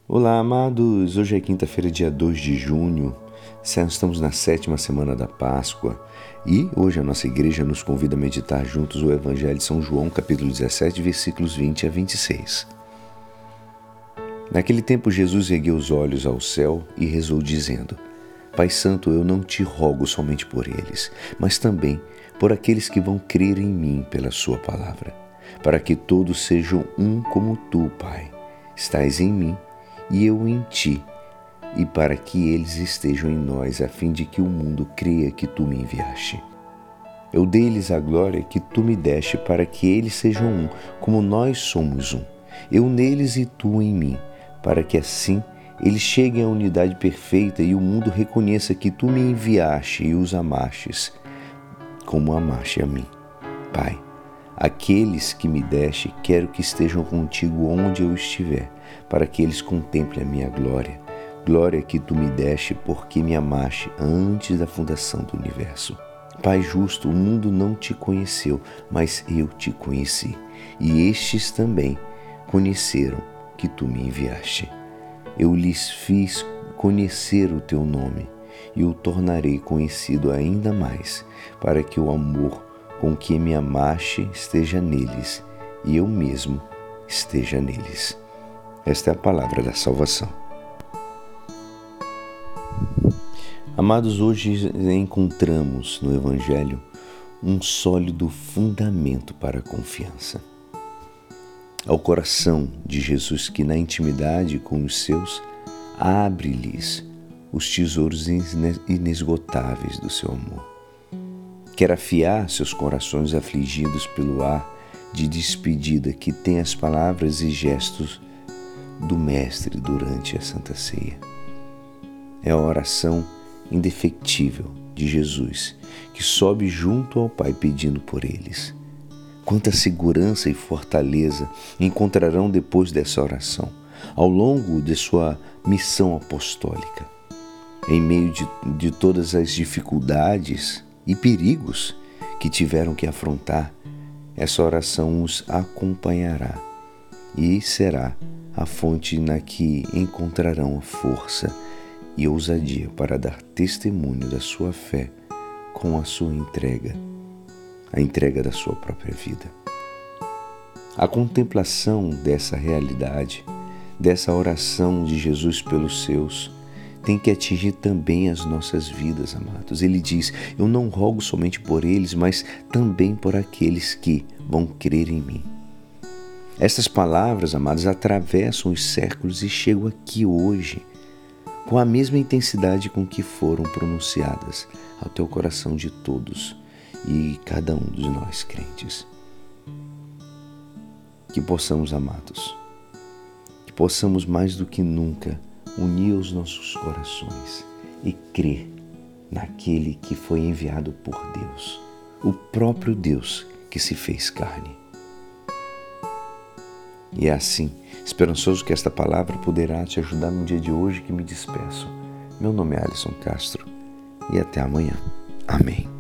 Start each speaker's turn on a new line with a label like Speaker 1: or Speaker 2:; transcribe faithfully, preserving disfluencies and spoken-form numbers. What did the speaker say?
Speaker 1: Olá, amados! Hoje é quinta-feira, dia dois de junho. Estamos na sétima semana da Páscoa e hoje a nossa igreja nos convida a meditar juntos o Evangelho de São João, capítulo dezessete, versículos vinte a vinte e seis. Naquele tempo, Jesus ergueu os olhos ao céu e rezou dizendo: Pai Santo, eu não te rogo somente por eles, mas também por aqueles que vão crer em mim pela sua palavra, para que todos sejam um como tu, Pai, estás em mim e eu em ti, e para que eles estejam em nós, a fim de que o mundo creia que tu me enviaste. Eu dei-lhes a glória que tu me deste, para que eles sejam um, como nós somos um, eu neles e tu em mim, para que assim eles cheguem à unidade perfeita e o mundo reconheça que tu me enviaste e os amastes, como amaste a mim. Pai, aqueles que me deste, quero que estejam contigo onde eu estiver, para que eles contemplem a minha glória, glória que tu me deste porque me amaste antes da fundação do universo. Pai justo, o mundo não te conheceu, mas eu te conheci, e estes também conheceram que tu me enviaste. Eu lhes fiz conhecer o teu nome, e o tornarei conhecido ainda mais, para que o amor com que me amaste esteja neles, e eu mesmo esteja neles. Esta é a palavra da salvação. Amados, hoje encontramos no Evangelho um sólido fundamento para a confiança. Ao coração de Jesus, que na intimidade com os seus, abre-lhes os tesouros inesgotáveis do seu amor. Quer afiar seus corações afligidos pelo ar de despedida que tem as palavras e gestos do Mestre durante a Santa Ceia. É a oração indefectível de Jesus, que sobe junto ao Pai pedindo por eles. Quanta segurança e fortaleza encontrarão depois dessa oração, ao longo de sua missão apostólica. Em meio de, de todas as dificuldades e perigos que tiveram que afrontar, essa oração os acompanhará e será a fonte na que encontrarão força e ousadia para dar testemunho da sua fé com a sua entrega, a entrega da sua própria vida. A contemplação dessa realidade, dessa oração de Jesus pelos seus, tem que atingir também as nossas vidas, amados. Ele diz: eu não rogo somente por eles, mas também por aqueles que vão crer em mim. Estas palavras, amados, atravessam os séculos e chegam aqui hoje, com a mesma intensidade com que foram pronunciadas ao teu coração de todos e cada um dos nós crentes. Que possamos, amados, que possamos mais do que nunca unir os nossos corações e crer naquele que foi enviado por Deus, o próprio Deus que se fez carne. E é assim, esperançoso que esta palavra poderá te ajudar no dia de hoje, que me despeço. Meu nome é Alisson Castro e até amanhã. Amém.